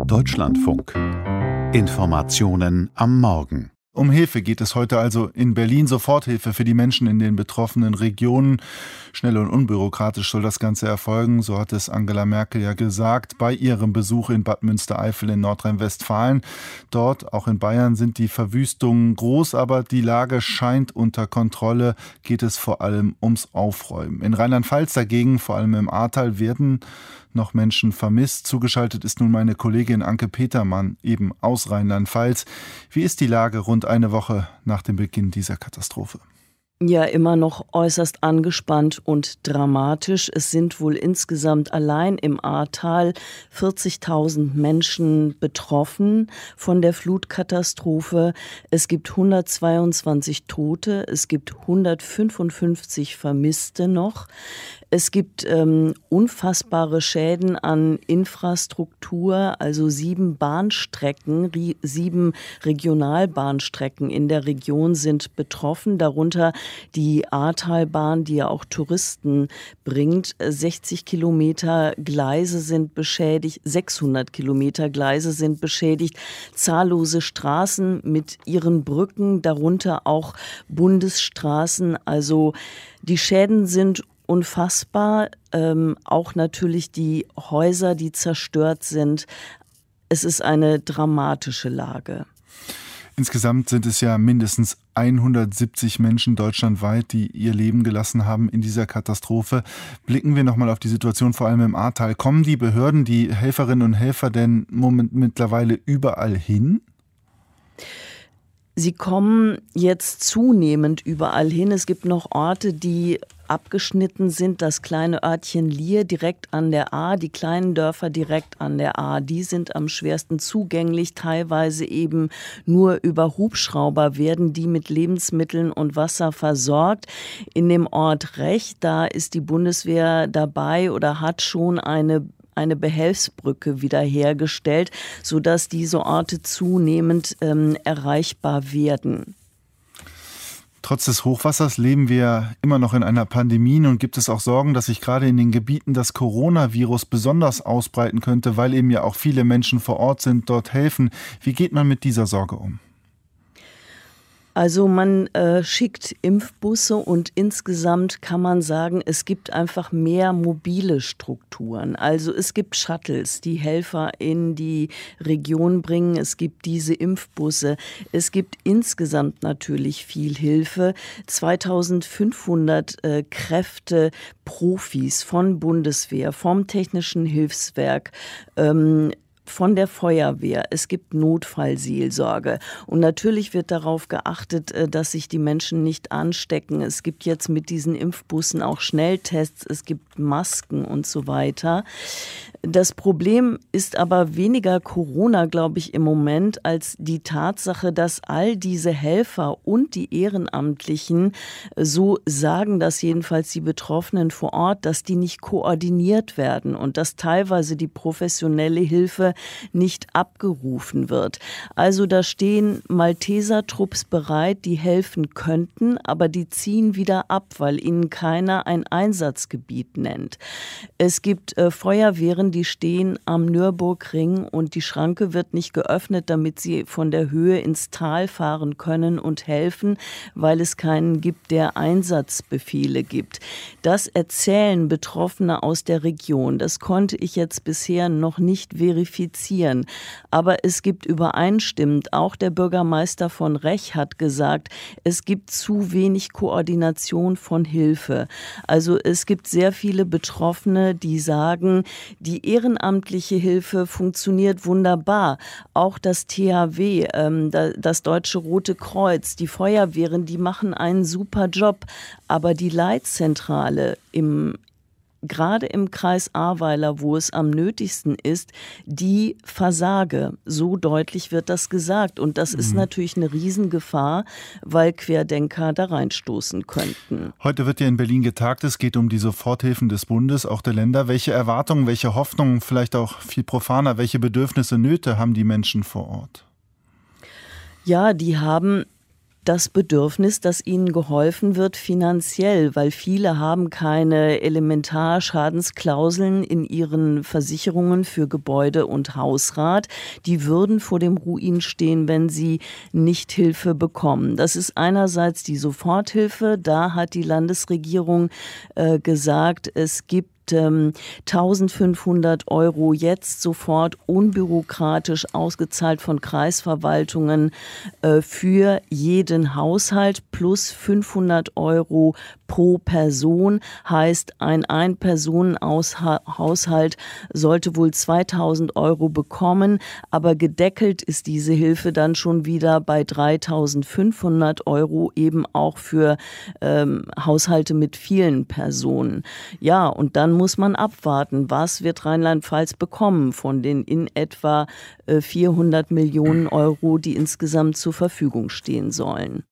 Deutschlandfunk. Informationen am Morgen. Um Hilfe geht es heute also in Berlin. Soforthilfe für die Menschen in den betroffenen Regionen. Schnell und unbürokratisch soll das Ganze erfolgen, so hat es Angela Merkel ja gesagt, bei ihrem Besuch in Bad Münstereifel in Nordrhein-Westfalen. Dort, auch in Bayern, sind die Verwüstungen groß, aber die Lage scheint unter Kontrolle. Geht es vor allem ums Aufräumen. In Rheinland-Pfalz dagegen, vor allem im Ahrtal, werden noch Menschen vermisst. Zugeschaltet ist nun meine Kollegin Anke Petermann, eben aus Rheinland-Pfalz. Wie ist die Lage rund eine Woche nach dem Beginn dieser Katastrophe? Ja, immer noch äußerst angespannt und dramatisch. Es sind wohl insgesamt allein im Ahrtal 40.000 Menschen betroffen von der Flutkatastrophe. Es gibt 122 Tote, es gibt 155 Vermisste noch. Es gibt unfassbare Schäden an Infrastruktur, also 7 Bahnstrecken, 7 Regionalbahnstrecken in der Region sind betroffen, darunter die Ahrtalbahn, die ja auch Touristen bringt. 60 Kilometer Gleise sind beschädigt, 600 Kilometer Gleise sind beschädigt, zahllose Straßen mit ihren Brücken, darunter auch Bundesstraßen. Also die Schäden sind unfassbar, auch natürlich die Häuser, die zerstört sind. Es ist eine dramatische Lage. Insgesamt sind es ja mindestens 170 Menschen deutschlandweit, die ihr Leben gelassen haben in dieser Katastrophe. Blicken wir nochmal auf die Situation vor allem im Ahrtal. Kommen die Behörden, die Helferinnen und Helfer denn mittlerweile überall hin? Sie kommen jetzt zunehmend überall hin. Es gibt noch Orte, die abgeschnitten sind. Das kleine Örtchen Lier direkt an der Ahr, die kleinen Dörfer direkt an der Ahr, die sind am schwersten zugänglich. Teilweise eben nur über Hubschrauber werden die mit Lebensmitteln und Wasser versorgt. In dem Ort Rech, da ist die Bundeswehr dabei oder hat schon eine Behelfsbrücke wiederhergestellt, sodass diese Orte zunehmend erreichbar werden. Trotz des Hochwassers leben wir immer noch in einer Pandemie. Nun gibt es auch Sorgen, dass sich gerade in den Gebieten das Coronavirus besonders ausbreiten könnte, weil eben ja auch viele Menschen vor Ort sind, dort helfen. Wie geht man mit dieser Sorge um? Also man schickt Impfbusse und insgesamt kann man sagen, es gibt einfach mehr mobile Strukturen. Also es gibt Shuttles, die Helfer in die Region bringen. Es gibt diese Impfbusse. Es gibt insgesamt natürlich viel Hilfe. 2500 Kräfte, Profis von Bundeswehr, vom Technischen Hilfswerk, von der Feuerwehr, es gibt Notfallseelsorge und natürlich wird darauf geachtet, dass sich die Menschen nicht anstecken. Es gibt jetzt mit diesen Impfbussen auch Schnelltests, es gibt Masken und so weiter. Das Problem ist aber weniger Corona, glaube ich, im Moment, als die Tatsache, dass all diese Helfer und die Ehrenamtlichen, so sagen das jedenfalls die Betroffenen vor Ort, dass die nicht koordiniert werden und dass teilweise die professionelle Hilfe nicht abgerufen wird. Also da stehen Malteser-Trupps bereit, die helfen könnten, aber die ziehen wieder ab, weil ihnen keiner ein Einsatzgebiet nennt. Es gibt Feuerwehren, die stehen am Nürburgring und die Schranke wird nicht geöffnet, damit sie von der Höhe ins Tal fahren können und helfen, weil es keinen gibt, der Einsatzbefehle gibt. Das erzählen Betroffene aus der Region. Das konnte ich jetzt bisher noch nicht verifizieren. Aber es gibt übereinstimmend, auch der Bürgermeister von Rech hat gesagt, es gibt zu wenig Koordination von Hilfe. Also es gibt sehr viele Betroffene, die sagen, die ehrenamtliche Hilfe funktioniert wunderbar. Auch das THW, das Deutsche Rote Kreuz, die Feuerwehren, die machen einen super Job. Aber die Leitzentrale gerade im Kreis Ahrweiler, wo es am nötigsten ist, die versage. So deutlich wird das gesagt. Und das ist natürlich eine Riesengefahr, weil Querdenker da reinstoßen könnten. Heute wird ja in Berlin getagt. Es geht um die Soforthilfen des Bundes, auch der Länder. Welche Erwartungen, welche Hoffnungen, vielleicht auch viel profaner, welche Bedürfnisse, Nöte haben die Menschen vor Ort? Ja, die haben das Bedürfnis, dass ihnen geholfen wird finanziell, weil viele haben keine Elementarschadensklauseln in ihren Versicherungen für Gebäude und Hausrat. Die würden vor dem Ruin stehen, wenn sie nicht Hilfe bekommen. Das ist einerseits die Soforthilfe. Da hat die Landesregierung gesagt, es gibt 1.500 € jetzt sofort unbürokratisch ausgezahlt von Kreisverwaltungen für jeden Haushalt plus 500 € pro Person. Heißt, ein Ein-Personen-Haushalt sollte wohl 2.000 € bekommen, aber gedeckelt ist diese Hilfe dann schon wieder bei 3.500 € eben auch für Haushalte mit vielen Personen. Ja, und dann muss man abwarten, was wird Rheinland-Pfalz bekommen von den in etwa 400 Millionen €, die insgesamt zur Verfügung stehen sollen.